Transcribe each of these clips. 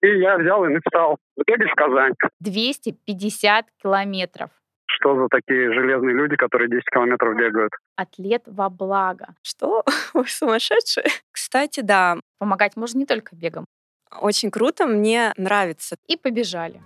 И я взял и написал «Сбегать в Казань». 250 километров. Что за такие железные люди, которые 10 километров бегают? Атлет во благо. Что? Вы сумасшедшие? Кстати, да, Помогать можно не только бегом. очень круто, мне нравится. И побежали.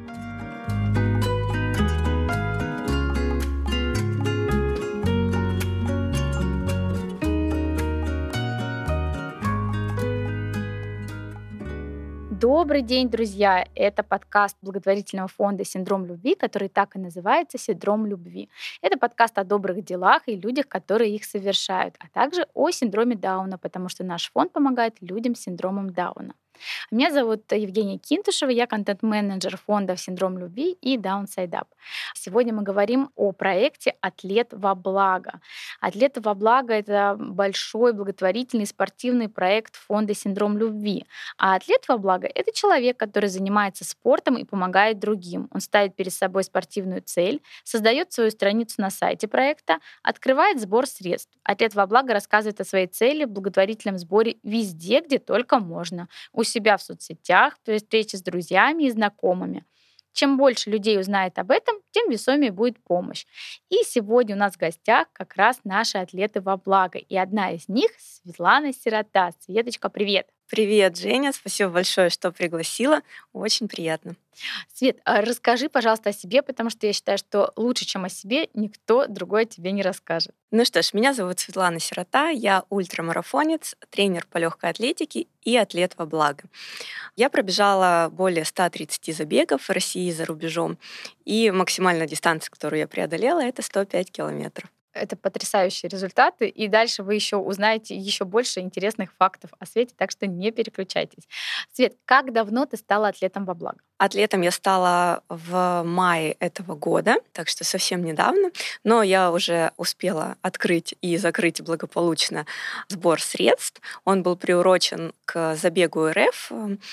Добрый день, друзья! Это подкаст благотворительного фонда «Синдром любви», который так и называется «Синдром любви». Это подкаст о добрых делах и людях, которые их совершают, а также о синдроме Дауна, потому что наш фонд помогает людям с синдромом Дауна. Меня зовут Евгения Кинтушева, я контент-менеджер фондов «Синдром любви» и Downside Up. Сегодня мы говорим о проекте «Атлет во благо». «Атлет во благо» — это большой благотворительный спортивный проект фонда «Синдром любви». А атлет во благо — это человек, который занимается спортом и помогает другим. Он ставит перед собой спортивную цель, создает свою страницу на сайте проекта, открывает сбор средств. Атлет во благо рассказывает о своей цели в благотворительном сборе везде, где только можно. У себя в соцсетях, при встрече с друзьями и знакомыми. Чем больше людей узнает об этом, тем весомее будет помощь. И сегодня у нас в гостях как раз наши атлеты во благо. И одна из них — Светлана Сирота. Светочка, привет! Привет, Женя, спасибо большое, что пригласила. Очень приятно. Свет, расскажи, пожалуйста, о себе, потому что я считаю, что лучше, чем о себе, никто другой тебе не расскажет. Ну что ж, меня зовут Светлана Сирота, я ультрамарафонец, тренер по легкой атлетике и атлет во благо. Я пробежала более 130 забегов в России и за рубежом, и максимальная дистанция, которую я преодолела, это 105 километров. Это потрясающие результаты, и дальше вы еще узнаете еще больше интересных фактов о Свете, так что не переключайтесь. Свет, как давно ты стала атлетом во благо? Атлетом я стала в мае этого года, так что совсем недавно, но я уже успела открыть и закрыть благополучно сбор средств. Он был приурочен к забегу РФ,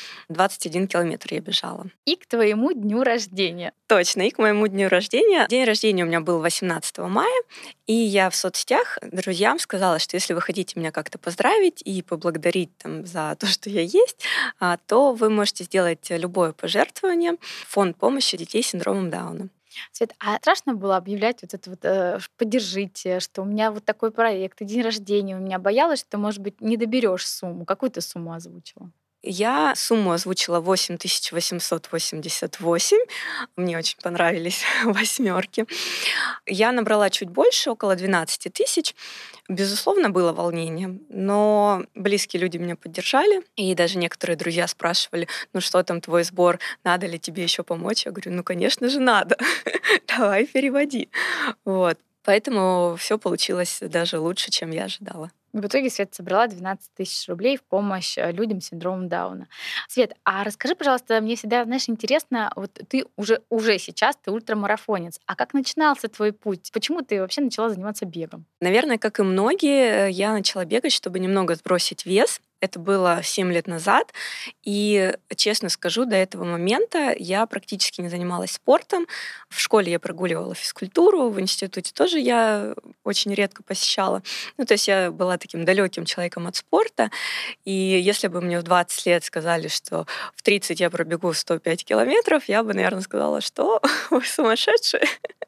21 километр я бежала. И к твоему дню рождения. Точно, и к моему дню рождения. День рождения у меня был 18 мая, и я в соцсетях друзьям сказала, что если вы хотите меня как-то поздравить и поблагодарить там, за то, что я есть, то вы можете сделать любое пожертвование в фонд помощи детей с синдромом Дауна. Свет, а страшно было объявлять вот это вот «поддержите», что у меня вот такой проект, и день рождения у меня? Боялась, что, может быть, не доберешь сумму? Какую ты сумму озвучила? Я сумму озвучила 8888. Мне очень понравились восьмерки. Я набрала чуть больше, около 12 тысяч. Безусловно, было волнение, но близкие люди меня поддержали. И даже некоторые друзья спрашивали, ну что там твой сбор, надо ли тебе еще помочь? Я говорю, ну, конечно же, надо. Давай, переводи. Вот. Поэтому все получилось даже лучше, чем я ожидала. В итоге Свет собрала 12 тысяч рублей в помощь людям с синдромом Дауна. Свет, а расскажи, пожалуйста, мне всегда, знаешь, интересно, вот ты уже сейчас ты ультрамарафонец, а как начинался твой путь? Почему ты вообще начала заниматься бегом? Наверное, как и многие, я начала бегать, чтобы немного сбросить вес. Это было 7 лет назад, и, честно скажу, до этого момента я практически не занималась спортом. В школе я прогуливала физкультуру, в институте тоже я очень редко посещала. Ну, то есть я была таким далеким человеком от спорта, и если бы мне в 20 лет сказали, что в 30 я пробегу 105 километров, я бы, наверное, сказала, что вы сумасшедшие.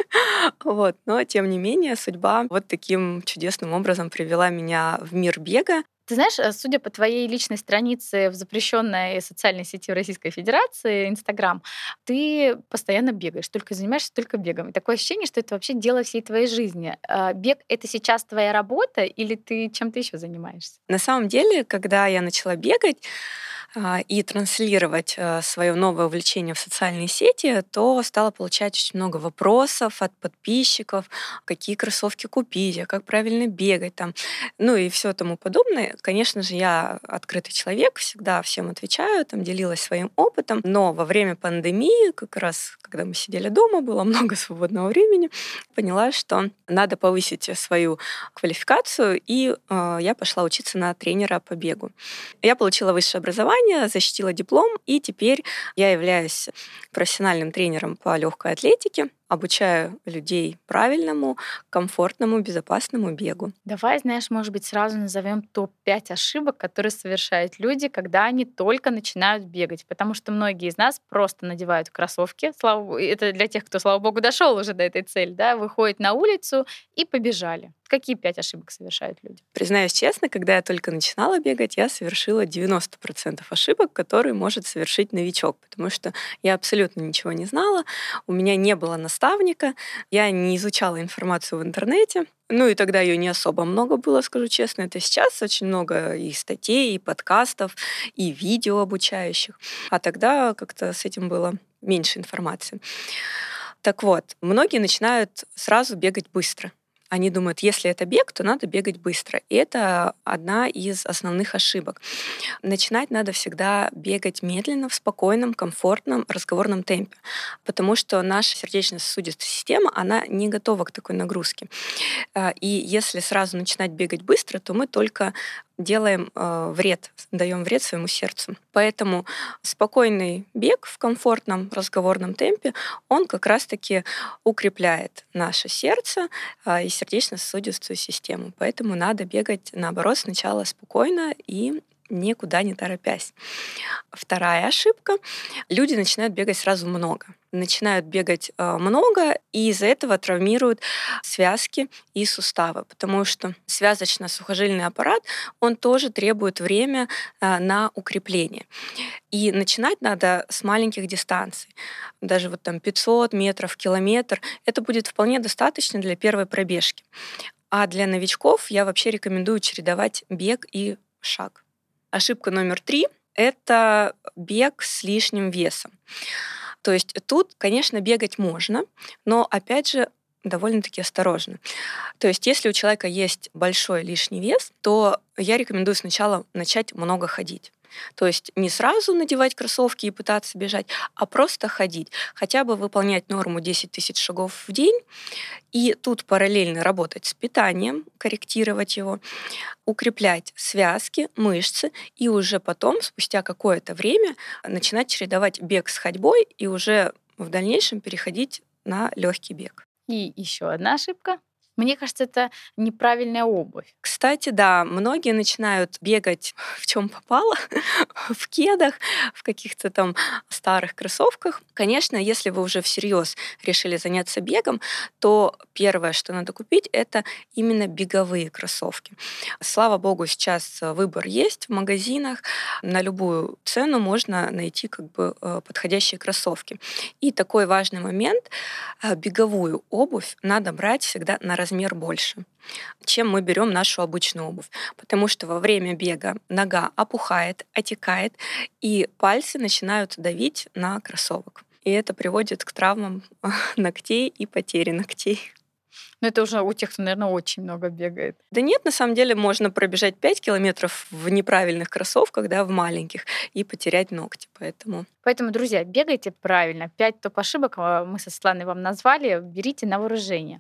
Вот. Но, тем не менее, судьба вот таким чудесным образом привела меня в мир бега. Ты знаешь, судя по твоей личной странице в запрещенной социальной сети в Российской Федерации, Инстаграм, ты постоянно бегаешь, только занимаешься только бегом. И такое ощущение, что это вообще дело всей твоей жизни. Бег — это сейчас твоя работа или ты чем-то еще занимаешься? На самом деле, когда я начала бегать и транслировать свое новое увлечение в социальные сети, то стала получать очень много вопросов от подписчиков, какие кроссовки купить, а как правильно бегать, там, ну и все тому подобное. Конечно же, я открытый человек, всегда всем отвечаю, там, делилась своим опытом, но во время пандемии, как раз когда мы сидели дома, было много свободного времени, поняла, что надо повысить свою квалификацию, и я пошла учиться на тренера по бегу. Я получила высшее образование, защитила диплом, и теперь я являюсь профессиональным тренером по легкой атлетике. обучаю людей правильному, комфортному, безопасному бегу. Давай, знаешь, может быть, сразу назовем топ-5 ошибок, которые совершают люди, когда они только начинают бегать. Потому что многие из нас просто надевают кроссовки. Это для тех, кто, слава богу, дошел уже до этой цели, да, выходят на улицу и побежали. Какие 5 ошибок совершают люди? Признаюсь честно, когда я только начинала бегать, я совершила 90% ошибок, которые может совершить новичок, потому что я абсолютно ничего не знала, у меня не было наставника, я не изучала информацию в интернете, и тогда ее не особо много было, скажу честно. Это сейчас очень много и статей, и подкастов, и видео обучающих. А тогда как-то с этим было меньше информации. Так вот, многие начинают сразу бегать быстро. Они думают, если это бег, то надо бегать быстро. И это одна из основных ошибок. Начинать надо всегда бегать медленно, в спокойном, комфортном, разговорном темпе, потому что наша сердечно-сосудистая система, она не готова к такой нагрузке. И если сразу начинать бегать быстро, то мы только делаем даем вред своему сердцу. Поэтому спокойный бег в комфортном разговорном темпе, он как раз-таки укрепляет наше сердце и сердечно-сосудистую систему. Поэтому надо бегать, наоборот, сначала спокойно и никуда не торопясь. Вторая ошибка. Люди начинают бегать сразу много. Начинают бегать много, и из-за этого травмируют связки и суставы, потому что связочно-сухожильный аппарат, он тоже требует время на укрепление. И начинать надо с маленьких дистанций. Даже 500 метров, километр. Это будет вполне достаточно для первой пробежки. А для новичков я вообще рекомендую чередовать бег и шаг. Ошибка номер 3 — это бег с лишним весом. То есть тут, конечно, бегать можно, но, опять же, довольно-таки осторожно. То есть если у человека есть большой лишний вес, то я рекомендую сначала начать много ходить. То есть не сразу надевать кроссовки и пытаться бежать, а просто ходить. Хотя бы выполнять норму 10 тысяч шагов в день. И тут параллельно работать с питанием, корректировать его, укреплять связки, мышцы, и уже потом, спустя какое-то время, начинать чередовать бег с ходьбой и уже в дальнейшем переходить на легкий бег. И еще одна ошибка. Мне кажется, это неправильная обувь. Кстати, да, многие начинают бегать в чем попало, в кедах, в каких-то там старых кроссовках. Конечно, если вы уже всерьез решили заняться бегом, то первое, что надо купить, это именно беговые кроссовки. Слава богу, сейчас выбор есть в магазинах. На любую цену можно найти подходящие кроссовки. И такой важный момент: беговую обувь надо брать всегда на размер больше, чем мы берем нашу обычную обувь. Потому что во время бега нога опухает, отекает, и пальцы начинают давить на кроссовок. И это приводит к травмам ногтей и потере ногтей. Но это уже у тех, кто, наверное, очень много бегает. Да нет, на самом деле можно пробежать 5 километров в неправильных кроссовках, в маленьких, и потерять ногти. Поэтому, друзья, бегайте правильно. 5 топ-ошибок мы со Светланой вам назвали. Берите на вооружение.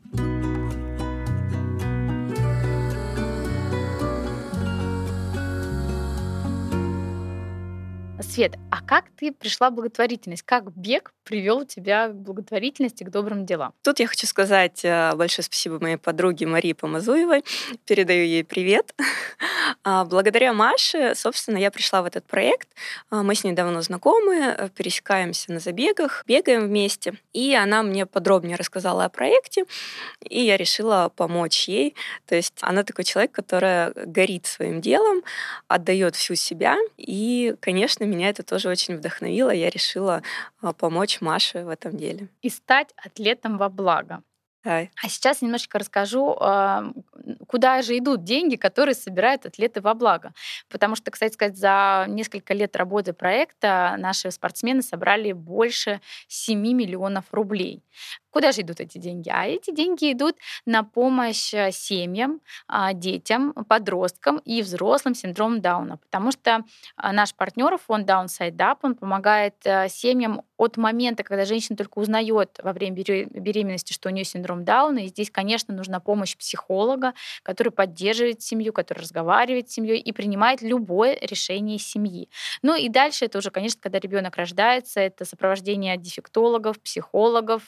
Свет, а как ты пришла в благотворительность? Как бег привел тебя к благотворительности, к добрым делам? Тут я хочу сказать большое спасибо моей подруге Марии Помазуевой. Передаю ей привет. Благодаря Маше, собственно, я пришла в этот проект. Мы с ней давно знакомы, пересекаемся на забегах, бегаем вместе. И она мне подробнее рассказала о проекте, и я решила помочь ей. То есть она такой человек, который горит своим делом, отдает всю себя. И, конечно, меня это тоже очень вдохновило. Я решила помочь Маше в этом деле. И стать атлетом во благо. Да. А сейчас немножечко расскажу, куда же идут деньги, которые собирают атлеты во благо. Потому что, кстати сказать, за несколько лет работы проекта наши спортсмены собрали больше 7 миллионов рублей. Куда же идут эти деньги? А эти деньги идут на помощь семьям, детям, подросткам и взрослым с синдромом Дауна. Потому что наш партнер фонд Downside Up, он помогает семьям от момента, когда женщина только узнает во время беременности, что у нее синдром синдром Дауна. И здесь, конечно, нужна помощь психолога, который поддерживает семью, который разговаривает с семьей и принимает любое решение семьи. Ну и дальше это уже, конечно, когда ребенок рождается, это сопровождение дефектологов, психологов,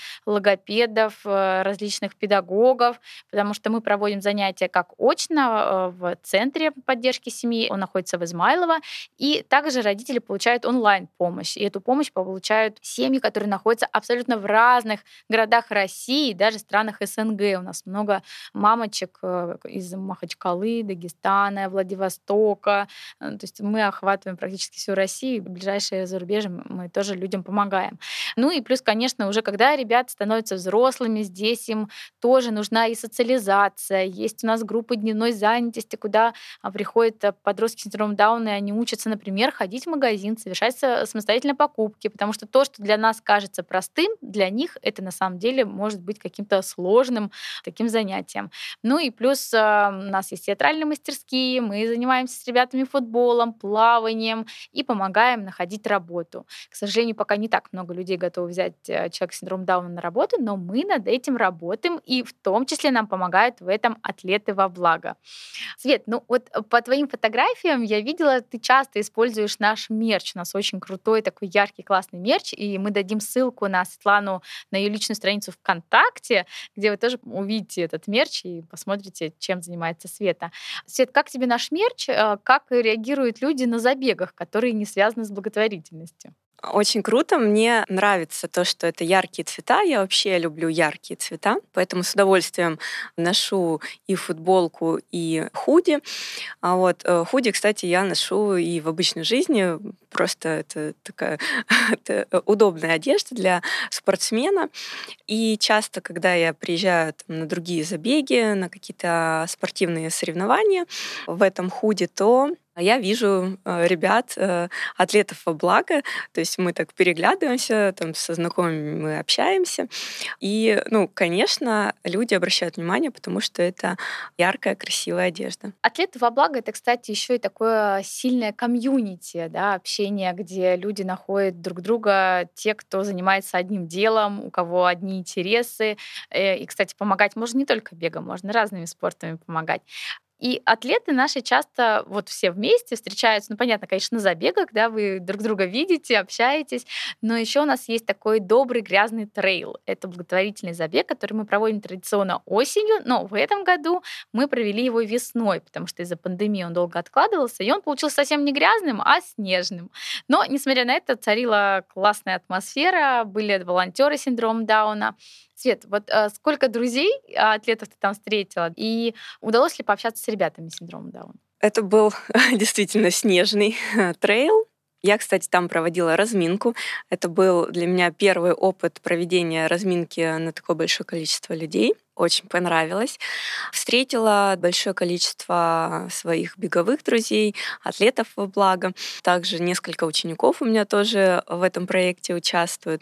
логопедов, различных педагогов, потому что мы проводим занятия как очно в центре поддержки семьи, он находится в Измайлово, и также родители получают онлайн-помощь. И эту помощь получают семьи, которые находятся абсолютно в разных городах России, даже странах СНГ. У нас много мамочек из Махачкалы, Дагестана, Владивостока. То есть мы охватываем практически всю Россию, ближайшее зарубежье мы тоже людям помогаем. Ну и плюс, конечно, уже когда ребята становятся взрослыми, здесь им тоже нужна и социализация. Есть у нас группы дневной занятости, куда приходят подростки с синдромом Дауна, и они учатся, например, ходить в магазин, совершать самостоятельно покупки, потому что то, что для нас кажется простым, для них это на самом деле может быть каким-то сложным таким занятием. Ну и плюс у нас есть театральные мастерские, мы занимаемся с ребятами футболом, плаванием и помогаем находить работу. К сожалению, пока не так много людей готовы взять человека с синдромом Дауна на работу, но мы над этим работаем, и в том числе нам помогают в этом атлеты во благо. Свет, ну вот по твоим фотографиям я видела, ты часто используешь наш мерч. У нас очень крутой, такой яркий, классный мерч, и мы дадим ссылку на Светлану, на ее личную страницу ВКонтакте, где вы тоже увидите этот мерч и посмотрите, чем занимается Света. Свет, как тебе наш мерч? Как реагируют люди на забегах, которые не связаны с благотворительностью? Очень круто. Мне нравится то, что это яркие цвета. Я вообще люблю яркие цвета, поэтому с удовольствием ношу и футболку, и худи. А вот худи, кстати, я ношу и в обычной жизни. Просто это такая это удобная одежда для спортсмена. И часто, когда я приезжаю там, на другие забеги, на какие-то спортивные соревнования в этом худи, то я вижу ребят, атлетов во благо, то есть мы так переглядываемся, там со знакомыми мы общаемся. И, ну, конечно, люди обращают внимание, потому что это яркая, красивая одежда. Атлеты во благо — это, кстати, еще и такое сильное комьюнити, да, общение, где люди находят друг друга, те, кто занимается одним делом, у кого одни интересы. И, кстати, помогать можно не только бегом, можно разными спортами помогать. И атлеты наши часто вот все вместе встречаются, ну, понятно, конечно, на забегах, да, вы друг друга видите, общаетесь, но еще у нас есть такой добрый грязный трейл. Это благотворительный забег, который мы проводим традиционно осенью, но в этом году мы провели его весной, потому что из-за пандемии он долго откладывался, и он получился совсем не грязным, а снежным. Но, несмотря на это, царила классная атмосфера, были волонтеры с синдромом Дауна. Свет, вот сколько друзей атлетов ты там встретила, и удалось ли пообщаться с ребятами с синдромом Дауна? Это был действительно снежный трейл. Я, кстати, там проводила разминку. Это был для меня первый опыт проведения разминки на такое большое количество людей. Очень понравилось. Встретила большое количество своих беговых друзей, атлетов во благо. Также несколько учеников у меня тоже в этом проекте участвуют.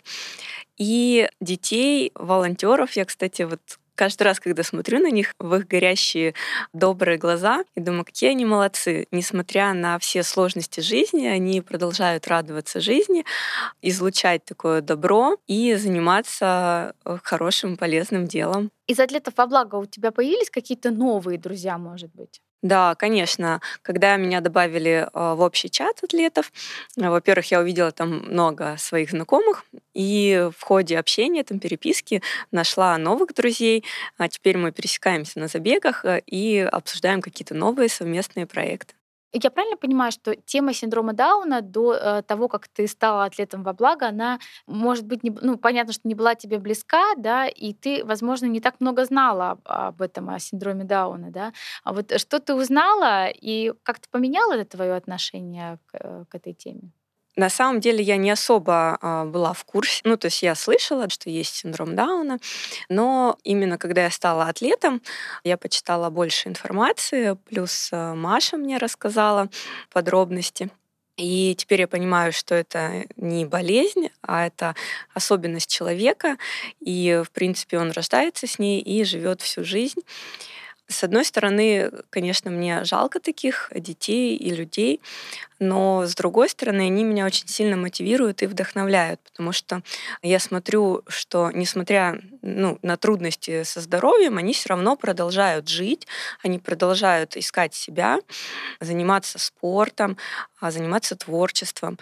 И детей, волонтеров. Я, кстати, вот каждый раз, когда смотрю на них, в их горящие добрые глаза, и думаю, какие они молодцы. Несмотря на все сложности жизни, они продолжают радоваться жизни, излучать такое добро и заниматься хорошим, полезным делом. Из атлетов во благо у тебя появились какие-то новые друзья, может быть? Да, конечно. Когда меня добавили в общий чат атлетов, во-первых, я увидела там много своих знакомых, и в ходе общения, там, переписки нашла новых друзей. А теперь мы пересекаемся на забегах и обсуждаем какие-то новые совместные проекты. Я правильно понимаю, что тема синдрома Дауна до того, как ты стала атлетом во благо, она, может быть, ну, понятно, что не была тебе близка, да, и ты, возможно, не так много знала об этом, о синдроме Дауна, да. А вот что ты узнала и как-то поменяло это твое отношение к этой теме? На самом деле я не особо была в курсе. Ну, то есть я слышала, что есть синдром Дауна, но именно когда я стала атлетом, я почитала больше информации, плюс Маша мне рассказала подробности. И теперь я понимаю, что это не болезнь, а это особенность человека, и, в принципе, он рождается с ней и живет всю жизнь. С одной стороны, конечно, мне жалко таких детей и людей, но, с другой стороны, они меня очень сильно мотивируют и вдохновляют, потому что я смотрю, что, несмотря на трудности со здоровьем, они все равно продолжают жить, они продолжают искать себя, заниматься спортом, заниматься творчеством.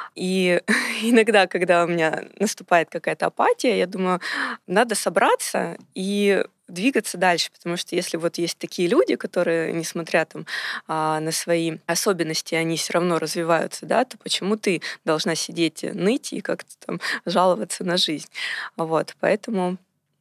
И иногда, когда у меня наступает какая-то апатия, я думаю, надо собраться и двигаться дальше, потому что если вот есть такие люди, которые, несмотря на свои особенности, они все равно развиваются, да, то почему ты должна сидеть, ныть и как-то там жаловаться на жизнь? Вот, поэтому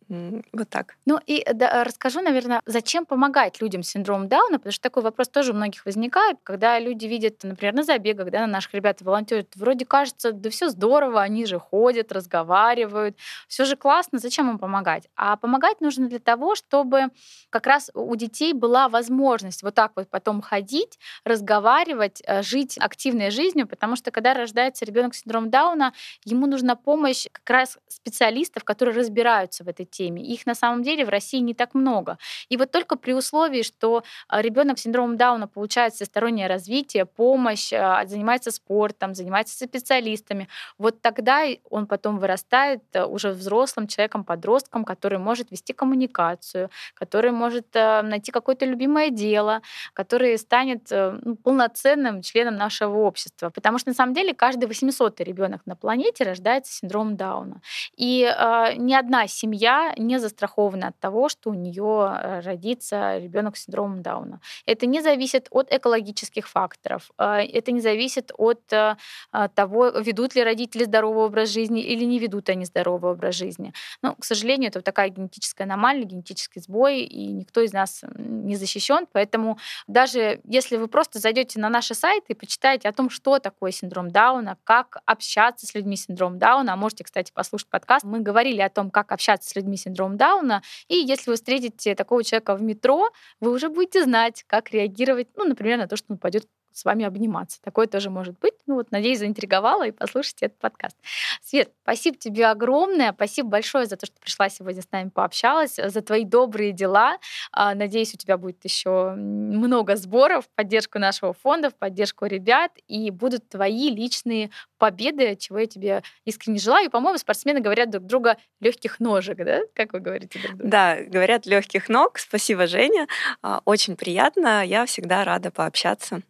вот так. Ну и расскажу, наверное, зачем помогать людям с синдромом Дауна, потому что такой вопрос тоже у многих возникает, когда люди видят, например, на забегах, да, на наших ребят волонтерят, вроде кажется, да все здорово, они же ходят, разговаривают, все же классно, зачем им помогать? А помогать нужно для того, чтобы как раз у детей была возможность вот так вот потом ходить, разговаривать, жить активной жизнью, потому что когда рождается ребенок с синдромом Дауна, ему нужна помощь как раз специалистов, которые разбираются в этой теме. Их на самом деле в России не так много. И вот только при условии, что ребенок с синдромом Дауна получает всестороннее развитие, помощь, занимается спортом, занимается со специалистами, вот тогда он потом вырастает уже взрослым человеком, подростком, который может вести коммуникацию, который может найти какое-то любимое дело, который станет полноценным членом нашего общества. Потому что на самом деле каждый 800-й ребенок на планете рождается с синдромом Дауна. И ни одна семья не застрахована от того, что у нее родится ребенок с синдромом Дауна. Это не зависит от экологических факторов, это не зависит от того, ведут ли родители здоровый образ жизни или не ведут они здоровый образ жизни. Но, к сожалению, это такая генетическая аномалия, генетический сбой, и никто из нас не защищен. Поэтому даже если вы просто зайдете на наши сайты и почитаете о том, что такое синдром Дауна, как общаться с людьми с синдромом Дауна, а можете, кстати, послушать подкаст, мы говорили о том, как общаться с людьми с синдромом Дауна, и если вы встретите такого человека в метро, вы уже будете знать, как реагировать, например, на то, что он пойдет с вами обниматься. Такое тоже может быть. Надеюсь, заинтриговала, и послушайте этот подкаст. Свет, спасибо тебе огромное. Спасибо большое за то, что пришла сегодня с нами, пообщалась, за твои добрые дела. Надеюсь, у тебя будет еще много сборов в поддержку нашего фонда, в поддержку ребят, и будут твои личные победы, чего я тебе искренне желаю. И, по-моему, спортсмены говорят друг друга легких ножек, да? Как вы говорите друг другу? Да, говорят легких ног. Спасибо, Женя. Очень приятно. Я всегда рада пообщаться.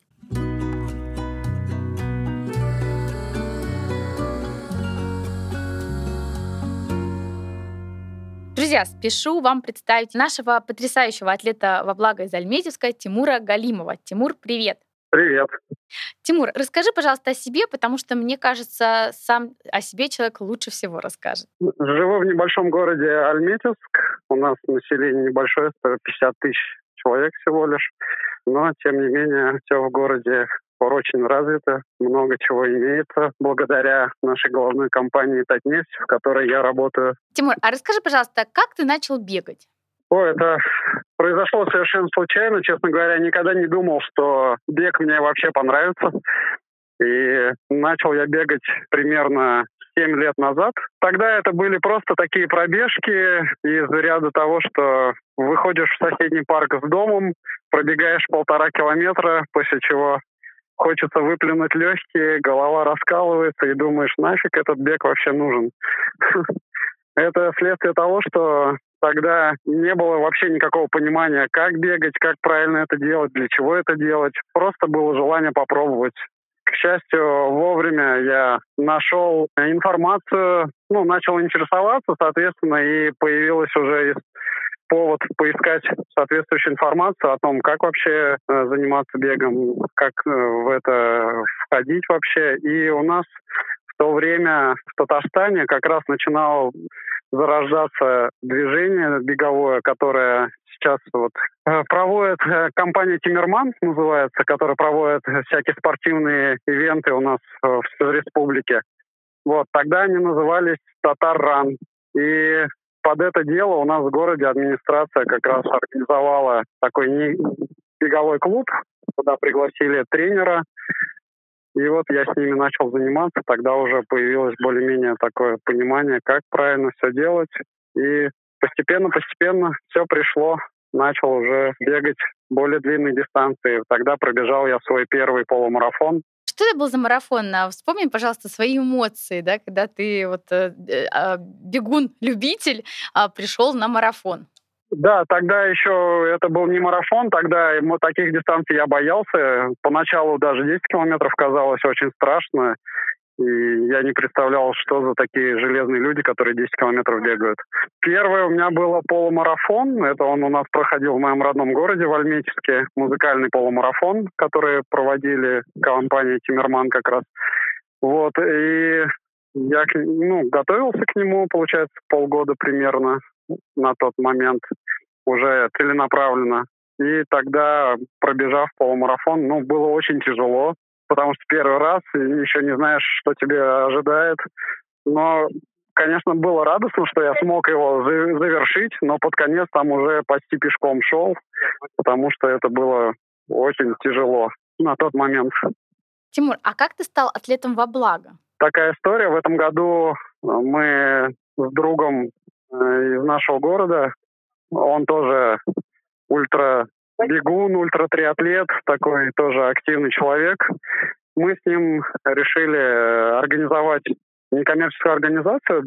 Друзья, спешу вам представить нашего потрясающего атлета во благо из Альметьевска Тимура Галимова. Тимур, привет! Привет. Тимур, расскажи, пожалуйста, о себе, потому что, мне кажется, сам о себе человек лучше всего расскажет. Живу в небольшом городе Альметьевск. У нас население небольшое, 150 тысяч человек всего лишь. Но, тем не менее, все в городе очень развито, много чего имеется благодаря нашей головной компании «Татнефть», в которой я работаю. Тимур, а расскажи, пожалуйста, как ты начал бегать? Это произошло совершенно случайно. Честно говоря, никогда не думал, что бег мне вообще понравится. И начал я бегать примерно 7 лет назад. Тогда это были просто такие пробежки из ряда того, что выходишь в соседний парк с домом, пробегаешь 1,5 километра, после чего хочется выплюнуть легкие, голова раскалывается, и думаешь, нафиг этот бег вообще нужен. Это следствие того, что тогда не было вообще никакого понимания, как бегать, как правильно это делать, для чего это делать. Просто было желание попробовать. К счастью, вовремя я нашел информацию, начал интересоваться, соответственно, и появилась уже повод поискать соответствующую информацию о том, как вообще заниматься бегом, как в это входить вообще. И у нас в то время в Татарстане как раз начинало зарождаться движение беговое, которое сейчас проводит компания «Тиммерман», называется, которая проводит всякие спортивные ивенты у нас в республике. Тогда они назывались «Татар-ран». И под это дело у нас в городе администрация как раз организовала такой беговой клуб, куда пригласили тренера. И я с ними начал заниматься, тогда уже появилось более-менее такое понимание, как правильно все делать. И постепенно все пришло, начал уже бегать более длинные дистанции. Тогда пробежал я свой первый полумарафон. что это был за марафон? Вспомни, пожалуйста, свои эмоции, да, когда ты бегун-любитель пришел на марафон. Да, тогда еще это был не марафон, тогда таких дистанций я боялся. Поначалу даже 10 километров казалось очень страшно. И я не представлял, что за такие железные люди, которые 10 километров бегают. Первое у меня было полумарафон. Это он у нас проходил в моем родном городе, в Альметьевске. Музыкальный полумарафон, который проводили компания «Тиммерман» как раз. Вот. И я готовился к нему, получается, полгода примерно на тот момент, уже целенаправленно. И тогда, пробежав полумарафон, было очень тяжело, потому что первый раз, и еще не знаешь, что тебе ожидает. Но, конечно, было радостно, что я смог его завершить, но под конец там уже почти пешком шел, потому что это было очень тяжело на тот момент. Тимур, а как ты стал атлетом во благо? Такая история. В этом году мы с другом из нашего города, он тоже ультрабегун, ультратриатлет, такой тоже активный человек. Мы с ним решили организовать некоммерческую организацию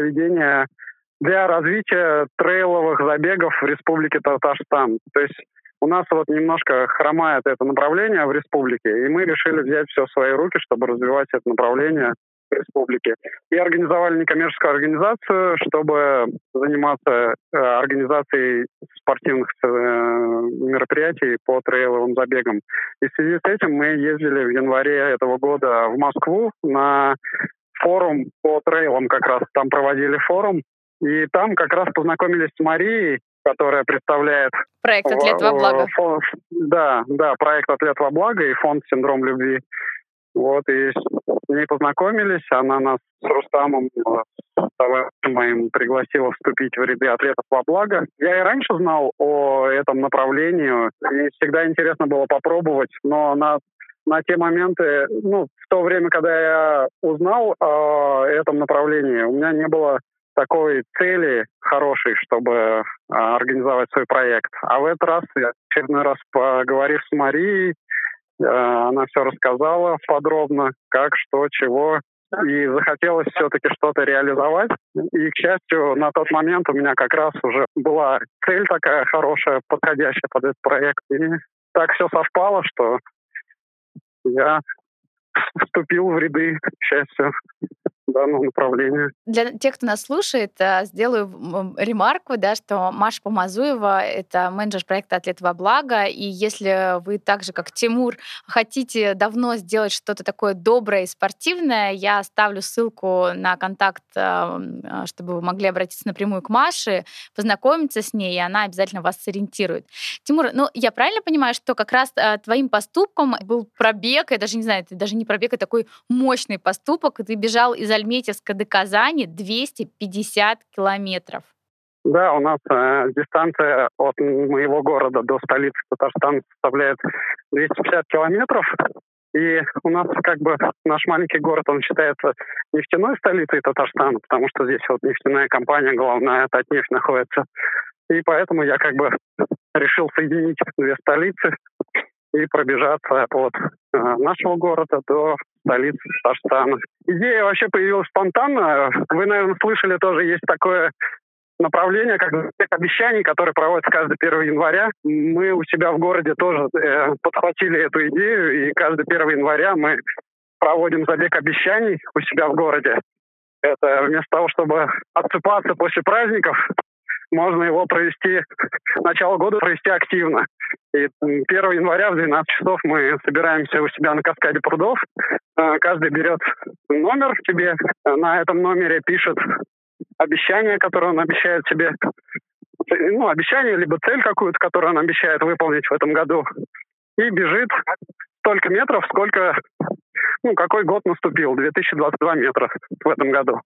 для развития трейловых забегов в Республике Татарстан. То есть у нас немножко хромает это направление в республике, и мы решили взять все в свои руки, чтобы развивать это направление в республике. И организовали некоммерческую организацию, чтобы заниматься организацией спортивных мероприятий по трейловым забегам. И в связи с этим мы ездили в январе этого года в Москву на форум по трейлам как раз. Там проводили форум, и там как раз познакомились с Марией, которая представляет... Проект «Атлет во благо». Да, проект «Атлет во благо» и фонд «Синдром любви». И с ней познакомились. Она нас с Рустамом, товарищем моим, пригласила вступить в ряды атлетов во благо. Я и раньше знал о этом направлении, и всегда интересно было попробовать, но на те моменты, в то время, когда я узнал о этом направлении, у меня не было такой цели хорошей, чтобы организовать свой проект. А в этот раз, я очередной раз поговорив с Марией, она все рассказала подробно, как, что, чего. И захотелось все-таки что-то реализовать. И, к счастью, на тот момент у меня как раз уже была цель такая хорошая, подходящая под этот проект. И так все совпало, что я вступил в ряды, к счастью, данного направления. Для тех, кто нас слушает, сделаю ремарку, что Маша Помазуева — это менеджер проекта «Атлет во благо». И если вы так же, как Тимур, хотите давно сделать что-то такое доброе и спортивное, я оставлю ссылку на контакт, чтобы вы могли обратиться напрямую к Маше, познакомиться с ней, и она обязательно вас сориентирует. Тимур, я правильно понимаю, что как раз твоим поступком был пробег, я даже не знаю, это даже не пробег, это такой мощный поступок, ты бежал из Альметьевска до Казани 250 километров. Да, у нас дистанция от моего города до столицы Татарстана составляет 250 километров. И у нас наш маленький город, он считается нефтяной столицей Татарстана, потому что здесь нефтяная компания, главная Татнефть, находится. И поэтому я решил соединить две столицы и пробежаться от нашего города до столицы Татарстана. Идея вообще появилась спонтанно. Вы, наверное, слышали, тоже есть такое направление, как забег обещаний, который проводится каждый 1 января. Мы у себя в городе тоже подхватили эту идею, и каждый 1 января мы проводим забег обещаний у себя в городе. Это вместо того, чтобы отсыпаться после праздников, можно его начало года провести активно. И 1 января в 12 часов мы собираемся у себя на каскаде прудов. Каждый берет номер себе, на этом номере пишет обещание, которое он обещает себе. Обещание, либо цель какую-то, которую он обещает выполнить в этом году. И бежит столько метров, сколько... какой год наступил, 2022 метра в этом году.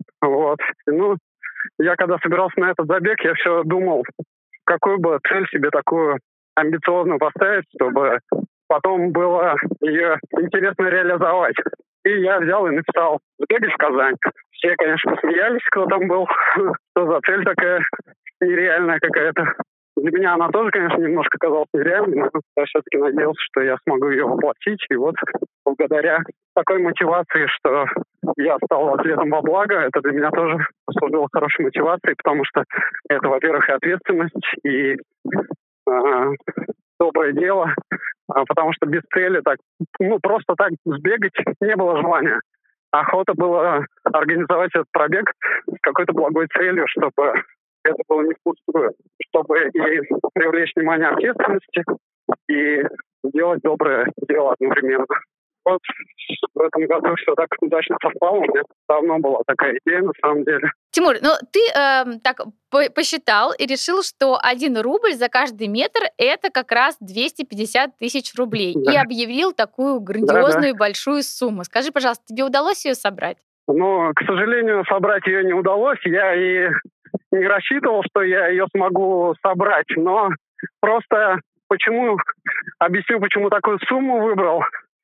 Я когда собирался на этот забег, я все думал, какую бы цель себе такую амбициозную поставить, чтобы потом было ее интересно реализовать. И я взял и написал «Сбегать в Казань». Все, конечно, посмеялись, кто там был. Что за цель такая нереальная какая-то. Для меня она тоже, конечно, немножко казалась нереальной, но я все-таки надеялся, что я смогу ее воплотить. И вот благодаря такой мотивации, что я стал атлетом во благо, это для меня тоже послужило хорошей мотивацией, потому что это, во-первых, и ответственность, и доброе дело, потому что без цели так, просто так сбегать не было желания. Охота была организовать этот пробег с какой-то благой целью, чтобы это было не впустую, чтобы и привлечь внимание общественности, и сделать доброе дело одновременно. Вот в этом году все так удачно совпало. У меня давно была такая идея, на самом деле. Тимур, ты так посчитал и решил, что 1 рубль за каждый метр — это как раз 250 тысяч рублей. Да. И объявил такую грандиозную большую сумму. Скажи, пожалуйста, тебе удалось ее собрать? К сожалению, собрать ее не удалось. Я и не рассчитывал, что я ее смогу собрать. Но просто объясню, почему такую сумму выбрал.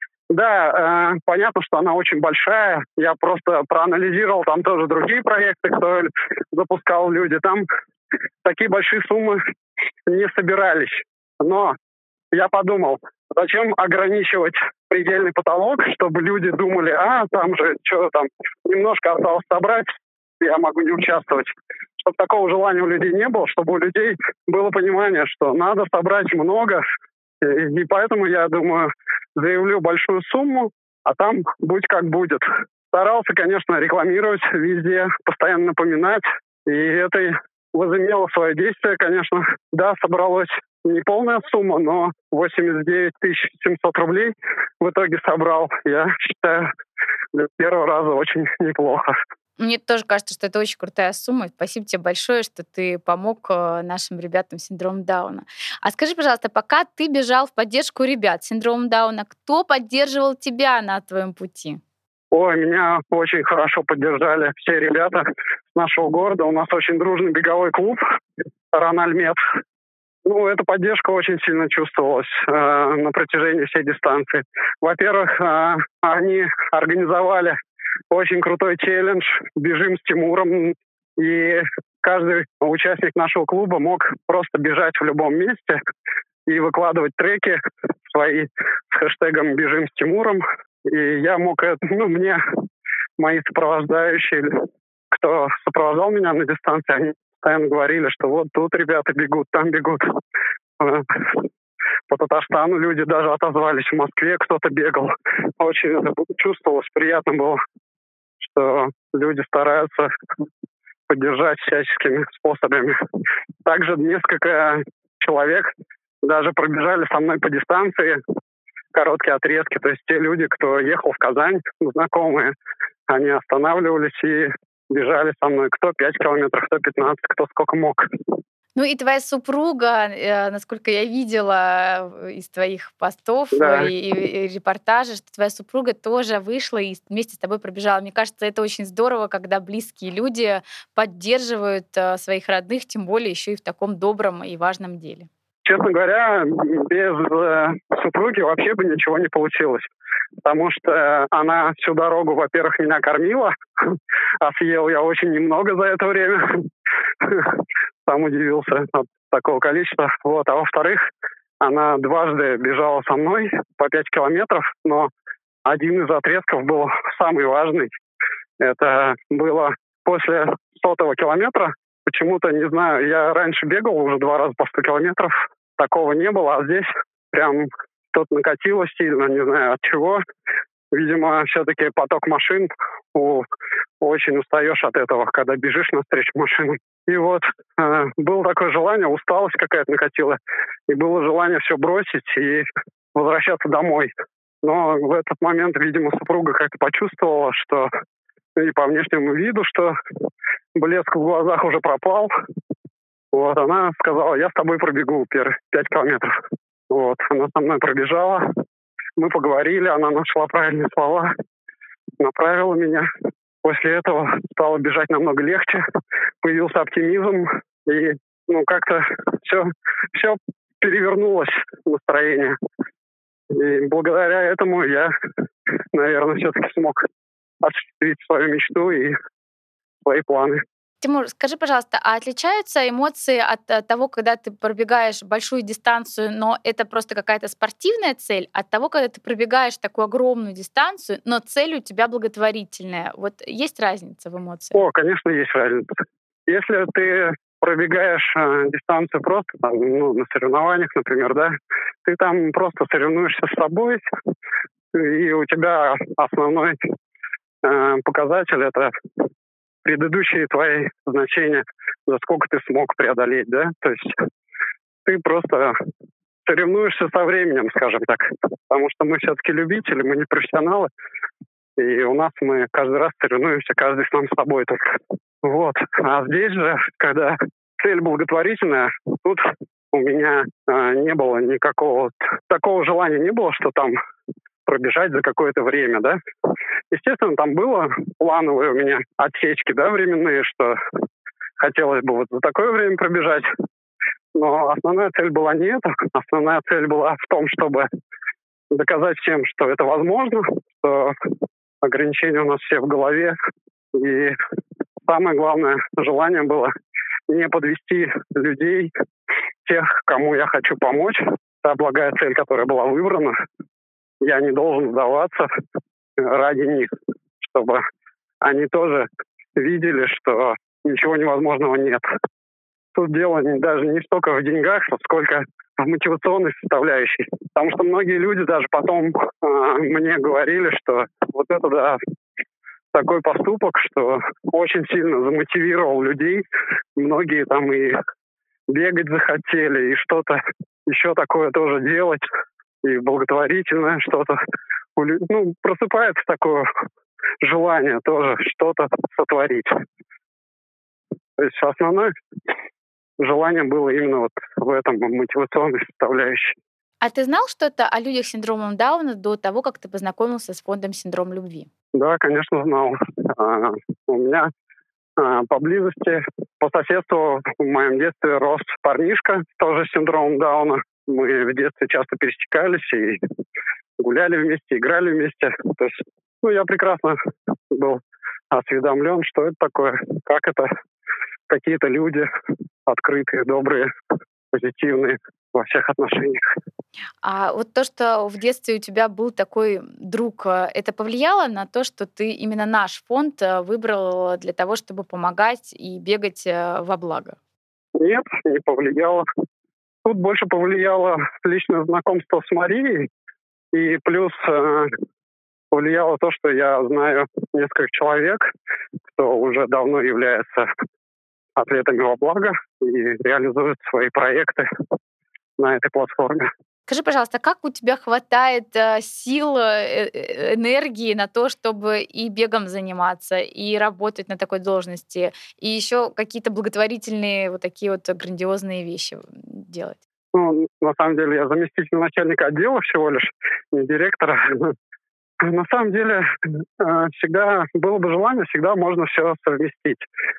Да, понятно, что она очень большая. Я просто проанализировал там тоже другие проекты, которые запускал люди. Там такие большие суммы не собирались. Но я подумал, зачем ограничивать предельный потолок, чтобы люди думали, там же что-то немножко осталось собрать, я могу не участвовать. Чтобы такого желания у людей не было, чтобы у людей было понимание, что надо собрать много. И поэтому, я думаю, заявлю большую сумму, а там будь как будет. Старался, конечно, рекламировать везде, постоянно напоминать. И это возымело свое действие, конечно. Да, собралось не полная сумма, но 89 700 рублей в итоге собрал. Я считаю, для первого раза очень неплохо. Мне тоже кажется, что это очень крутая сумма. Спасибо тебе большое, что ты помог нашим ребятам с синдромом Дауна. А скажи, пожалуйста, пока ты бежал в поддержку ребят с синдромом Дауна, кто поддерживал тебя на твоем пути? Меня очень хорошо поддержали все ребята с нашего города. У нас очень дружный беговой клуб «Ранальмет». Эта поддержка очень сильно чувствовалась на протяжении всей дистанции. Во-первых, они организовали очень крутой челлендж «Бежим с Тимуром». И каждый участник нашего клуба мог просто бежать в любом месте и выкладывать треки свои с хэштегом «Бежим с Тимуром». И я мог мне мои сопровождающие, кто сопровождал меня на дистанции, они постоянно говорили, что вот тут ребята бегут, там бегут. По Татарстану люди даже отозвались, в Москве кто-то бегал. Очень это чувствовалось, приятно было, что люди стараются поддержать всяческими способами. Также несколько человек даже пробежали со мной по дистанции короткие отрезки. То есть те люди, кто ехал в Казань, знакомые, они останавливались и бежали со мной. Кто 5 километров, кто 15, кто сколько мог. И твоя супруга, насколько я видела из твоих постов и репортажей, что твоя супруга тоже вышла и вместе с тобой пробежала. Мне кажется, это очень здорово, когда близкие люди поддерживают своих родных, тем более еще и в таком добром и важном деле. Честно говоря, без супруги вообще бы ничего не получилось. Потому что она всю дорогу, во-первых, меня кормила, а съел я очень немного за это время. Сам удивился от такого количества. А во-вторых, она дважды бежала со мной по 5 километров, но один из отрезков был самый важный. Это было после 100-го километра. Почему-то, не знаю, я раньше бегал уже 2 раза по 100 километров. Такого не было, а здесь прям что-то накатилось сильно, не знаю от чего. Видимо, все-таки поток машин, очень устаешь от этого, когда бежишь навстречу машинам. И было такое желание, усталость какая-то накатила, и было желание все бросить и возвращаться домой. Но в этот момент, видимо, супруга как-то почувствовала, что и по внешнему виду, что блеск в глазах уже пропал. Она сказала, я с тобой пробегу первые 5 километров. Она со мной пробежала, мы поговорили, она нашла правильные слова, направила меня. После этого стало бежать намного легче, появился оптимизм, и как-то все перевернулось, настроение. И благодаря этому я, наверное, все-таки смог осуществить свою мечту и свои планы. Тимур, скажи, пожалуйста, а отличаются эмоции от того, когда ты пробегаешь большую дистанцию, но это просто какая-то спортивная цель, от того, когда ты пробегаешь такую огромную дистанцию, но цель у тебя благотворительная? Вот есть разница в эмоциях? О, конечно, есть разница. Если ты пробегаешь дистанцию просто на соревнованиях, например, да, ты там просто соревнуешься с собой, и у тебя основной показатель — это предыдущие твои значения, за сколько ты смог преодолеть, да? То есть ты просто соревнуешься со временем, скажем так. Потому что мы все-таки любители, мы не профессионалы. И у нас мы каждый раз соревнуемся, каждый сам с собой только. Вот. А здесь же, когда цель благотворительная, тут у меня не было никакого такого желания, не было, что там пробежать за какое-то время, да. Естественно, там было плановые у меня отсечки, да, временные, что хотелось бы вот за такое время пробежать. Но основная цель была не это. Основная цель была в том, чтобы доказать всем, что это возможно, что ограничения у нас все в голове. И самое главное желание было не подвести людей, тех, кому я хочу помочь. Та благая цель, которая была выбрана, я не должен сдаваться ради них, чтобы они тоже видели, что ничего невозможного нет. Тут дело даже не столько в деньгах, сколько в мотивационной составляющей. Потому что многие люди даже потом мне говорили, что вот это, да, такой поступок, что очень сильно замотивировал людей. Многие там и бегать захотели, и что-то еще такое тоже делать, и благотворительное что-то. Просыпается такое желание тоже что-то сотворить. То есть основное желание было именно вот в этом мотивационной составляющей. А ты знал что-то о людях с синдромом Дауна до того, как ты познакомился с фондом «Синдром любви»? Да, конечно, знал. У меня поблизости, по соседству в моем детстве рос парнишка, тоже с синдромом Дауна. Мы в детстве часто пересекались и гуляли вместе, играли вместе. То есть, я прекрасно был осведомлен, что это такое, как это, какие-то люди открытые, добрые, позитивные во всех отношениях. А вот то, что в детстве у тебя был такой друг, это повлияло на то, что ты именно наш фонд выбрал для того, чтобы помогать и бегать во благо? Нет, не повлияло. Тут больше повлияло личное знакомство с Марией, и плюс повлияло то, что я знаю несколько человек, кто уже давно является атлетами во благо и реализует свои проекты на этой платформе. Скажи, пожалуйста, как у тебя хватает сил, энергии на то, чтобы и бегом заниматься, и работать на такой должности, и еще какие-то благотворительные вот такие вот грандиозные вещи делать? На самом деле я заместитель начальника отдела всего лишь, не директора. На самом деле всегда было бы желание, всегда можно все совместить.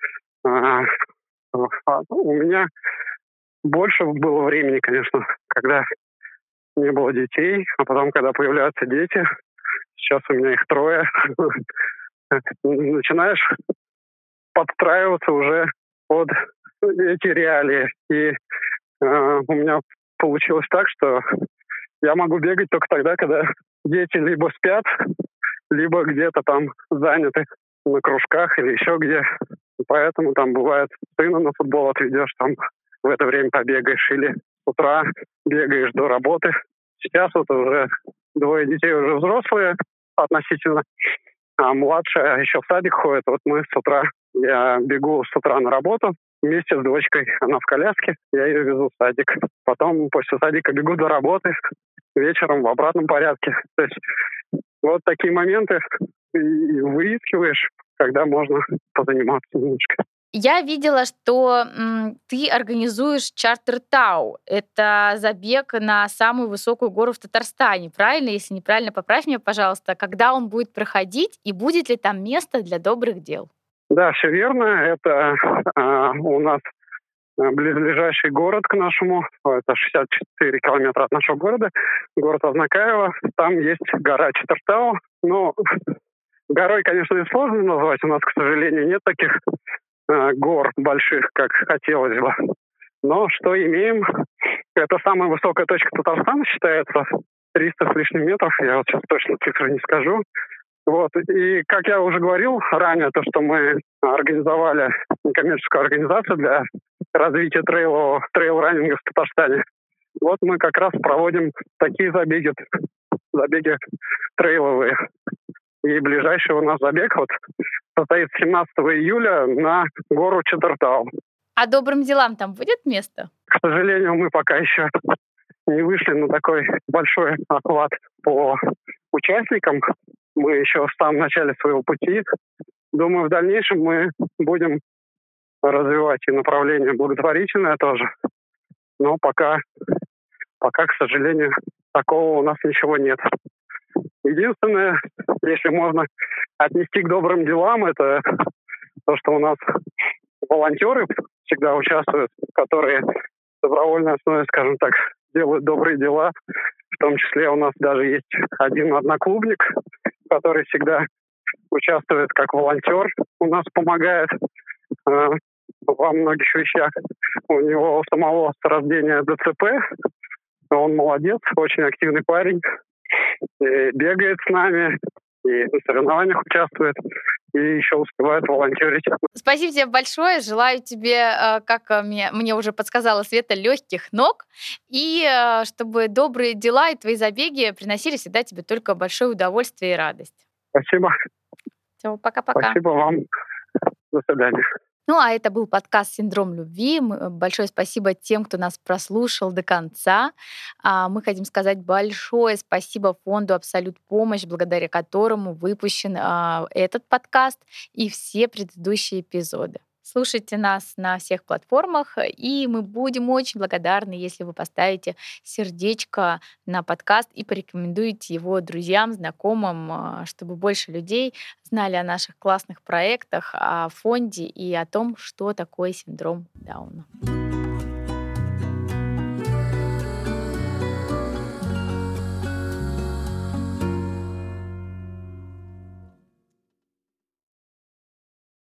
У меня больше было времени, конечно, когда не было детей, а потом, когда появляются дети, сейчас у меня их 3, начинаешь подстраиваться уже под эти реалии. И у меня получилось так, что я могу бегать только тогда, когда дети либо спят, либо где-то там заняты на кружках или еще где. Поэтому там бывает, сына на футбол отведешь, там в это время побегаешь, или с утра бегаешь до работы. Сейчас вот уже 2 детей уже взрослые относительно, а младшая еще в садик ходит. Вот мы с утра, я бегу с утра на работу вместе с дочкой. Она в коляске, я ее везу в садик. Потом после садика бегу до работы, вечером в обратном порядке. То есть вот такие моменты выискиваешь, когда можно позаниматься немножко. Я видела, что ты организуешь чартер-тау. Это забег на самую высокую гору в Татарстане, правильно? Если неправильно, поправь меня, пожалуйста. Когда он будет проходить и будет ли там место для добрых дел? Да, все верно. Это у нас близлежащий город к нашему. Это 64 километра от нашего города. Город Азнакаево. Там есть гора Чартер-тау. Но горой, конечно, и сложно назвать. У нас, к сожалению, нет таких гор больших, как хотелось бы. Но что имеем? Это самая высокая точка Татарстана считается, 300 с лишним метров, я вот сейчас точно цифры не скажу. Вот. И, как я уже говорил ранее, то, что мы организовали некоммерческую организацию для развития трейл-раннинга в Татарстане. Вот мы как раз проводим такие забеги трейловые. И ближайший у нас забег состоится 17 июля на гору Чатыртау. А добрым делам там будет место? К сожалению, мы пока еще не вышли на такой большой охват по участникам. Мы еще в самом начале своего пути. Думаю, в дальнейшем мы будем развивать и направление благотворительное тоже. Но пока, к сожалению, такого у нас ничего нет. Единственное, если можно отнести к добрым делам, это то, что у нас волонтеры всегда участвуют, которые в добровольной основе, скажем так, делают добрые дела. В том числе у нас даже есть один одноклубник, который всегда участвует как волонтер, у нас помогает во многих вещах. У него у самого с рождения ДЦП, он молодец, очень активный парень, и бегает с нами, и на соревнованиях участвует, и еще успевает волонтерить. Спасибо тебе большое. Желаю тебе, как мне уже подсказала Света, легких ног, и чтобы добрые дела и твои забеги приносили всегда тебе только большое удовольствие и радость. Спасибо. Все, пока-пока. Спасибо вам. До свидания. Ну, а это был подкаст «Синдром любви». Большое спасибо тем, кто нас прослушал до конца. Мы хотим сказать большое спасибо фонду «Абсолют помощь», благодаря которому выпущен этот подкаст и все предыдущие эпизоды. Слушайте нас на всех платформах, и мы будем очень благодарны, если вы поставите сердечко на подкаст и порекомендуете его друзьям, знакомым, чтобы больше людей знали о наших классных проектах, о фонде и о том, что такое синдром Дауна.